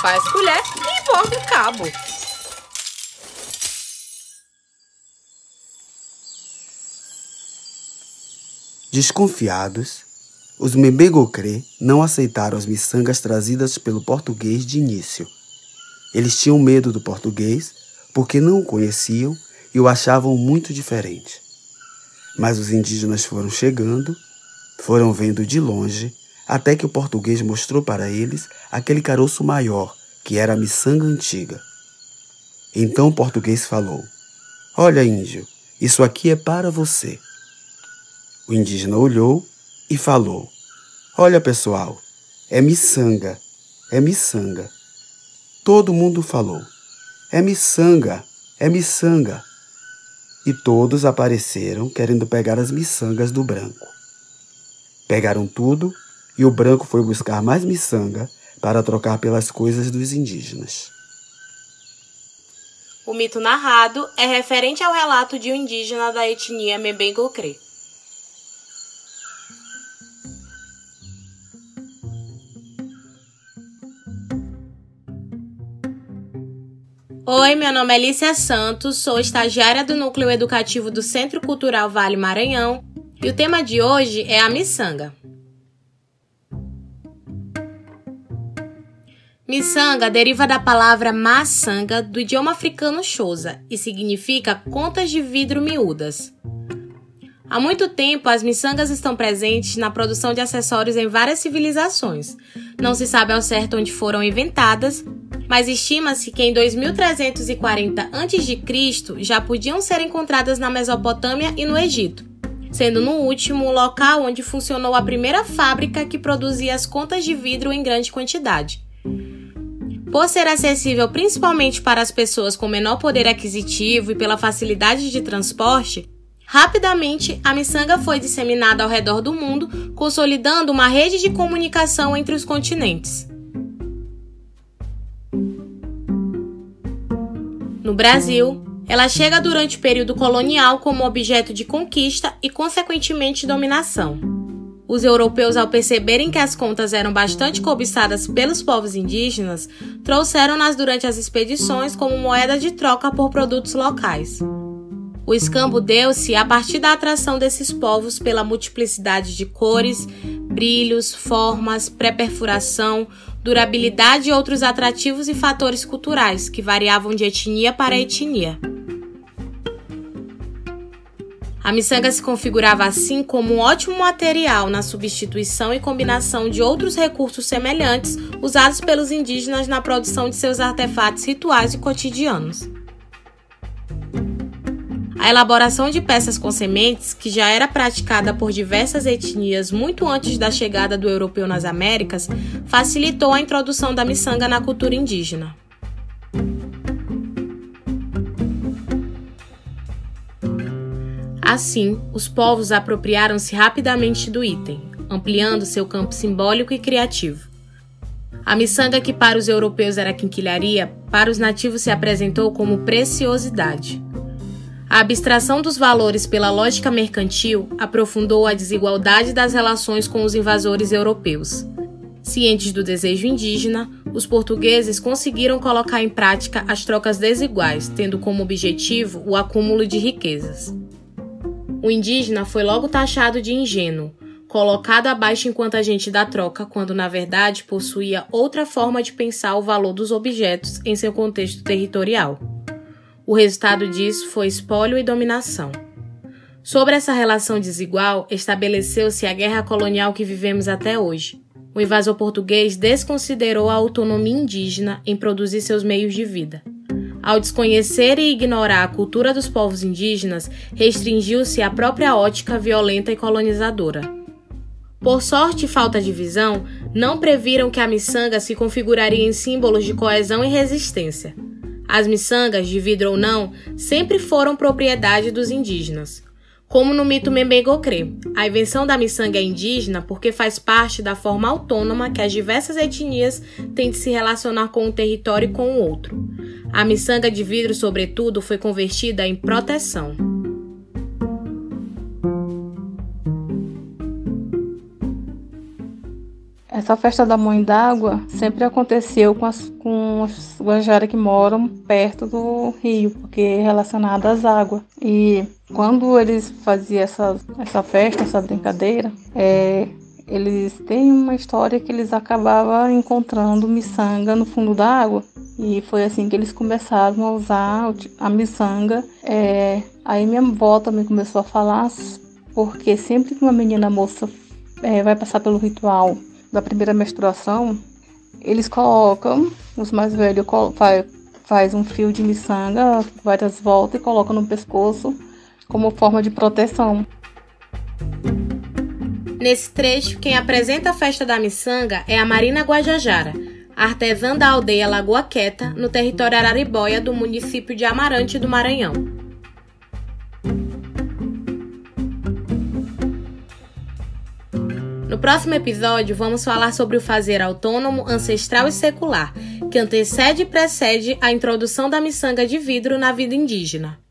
faz colher e borda o cabo. Desconfiados, os Mbengocré não aceitaram as miçangas trazidas pelo português de início. Eles tinham medo do português porque não o conheciam e o achavam muito diferente. Mas os indígenas foram chegando, foram vendo de longe, até que o português mostrou para eles aquele caroço maior, que era a miçanga antiga. Então o português falou: "Olha, índio, isso aqui é para você." O indígena olhou e falou: "Olha, pessoal, é miçanga, é miçanga." Todo mundo falou: "É miçanga, é miçanga." E todos apareceram querendo pegar as miçangas do branco. Pegaram tudo e o branco foi buscar mais miçanga para trocar pelas coisas dos indígenas. O mito narrado é referente ao relato de um indígena da etnia Mbengocré. Oi, meu nome é Lícia Santos, sou estagiária do Núcleo Educativo do Centro Cultural Vale Maranhão e o tema de hoje é a miçanga. Miçanga deriva da palavra maçanga do idioma africano Xhosa e significa contas de vidro miúdas. Há muito tempo, as miçangas estão presentes na produção de acessórios em várias civilizações. Não se sabe ao certo onde foram inventadas, mas estima-se que em 2340 a.C. já podiam ser encontradas na Mesopotâmia e no Egito, sendo no último o local onde funcionou a primeira fábrica que produzia as contas de vidro em grande quantidade. Por ser acessível principalmente para as pessoas com menor poder aquisitivo e pela facilidade de transporte, rapidamente a miçanga foi disseminada ao redor do mundo, consolidando uma rede de comunicação entre os continentes. No Brasil, ela chega durante o período colonial como objeto de conquista e, consequentemente, dominação. Os europeus, ao perceberem que as contas eram bastante cobiçadas pelos povos indígenas, trouxeram-nas durante as expedições como moeda de troca por produtos locais. O escambo deu-se a partir da atração desses povos pela multiplicidade de cores, brilhos, formas, pré-perfuração, durabilidade e outros atrativos e fatores culturais que variavam de etnia para etnia. A miçanga se configurava assim como um ótimo material na substituição e combinação de outros recursos semelhantes usados pelos indígenas na produção de seus artefatos rituais e cotidianos. A elaboração de peças com sementes, que já era praticada por diversas etnias muito antes da chegada do europeu nas Américas, facilitou a introdução da miçanga na cultura indígena. Assim, os povos apropriaram-se rapidamente do item, ampliando seu campo simbólico e criativo. A miçanga, que para os europeus era quinquilharia, para os nativos se apresentou como preciosidade. A abstração dos valores pela lógica mercantil aprofundou a desigualdade das relações com os invasores europeus. Cientes do desejo indígena, os portugueses conseguiram colocar em prática as trocas desiguais, tendo como objetivo o acúmulo de riquezas. O indígena foi logo taxado de ingênuo, colocado abaixo enquanto agente da troca, quando na verdade possuía outra forma de pensar o valor dos objetos em seu contexto territorial. O resultado disso foi espólio e dominação. Sobre essa relação desigual, estabeleceu-se a guerra colonial que vivemos até hoje. O invasor português desconsiderou a autonomia indígena em produzir seus meios de vida. Ao desconhecer e ignorar a cultura dos povos indígenas, restringiu-se à própria ótica violenta e colonizadora. Por sorte e falta de visão, não previram que a miçanga se configuraria em símbolos de coesão e resistência. As miçangas, de vidro ou não, sempre foram propriedade dos indígenas. Como no mito Mbengocré, a invenção da miçanga é indígena porque faz parte da forma autônoma que as diversas etnias têm de se relacionar com um território e com o outro. A miçanga de vidro, sobretudo, foi convertida em proteção. Essa festa da Mãe d'Água sempre aconteceu com os Guajara que moram perto do rio, porque é relacionado às águas. E quando eles faziam essa festa, essa brincadeira, eles têm uma história que eles acabavam encontrando miçanga no fundo da água. E foi assim que eles começaram a usar a miçanga. Aí minha avó também começou a falar, porque sempre que uma menina moça vai passar pelo ritual da primeira menstruação, eles colocam, os mais velhos faz um fio de miçanga, várias voltas, e colocam no pescoço como forma de proteção. Nesse trecho, quem apresenta a festa da miçanga é a Marina Guajajara, artesã da aldeia Lagoa Quieta, no território Araribóia do município de Amarante do Maranhão. No próximo episódio, vamos falar sobre o fazer autônomo, ancestral e secular, que antecede e precede a introdução da miçanga de vidro na vida indígena.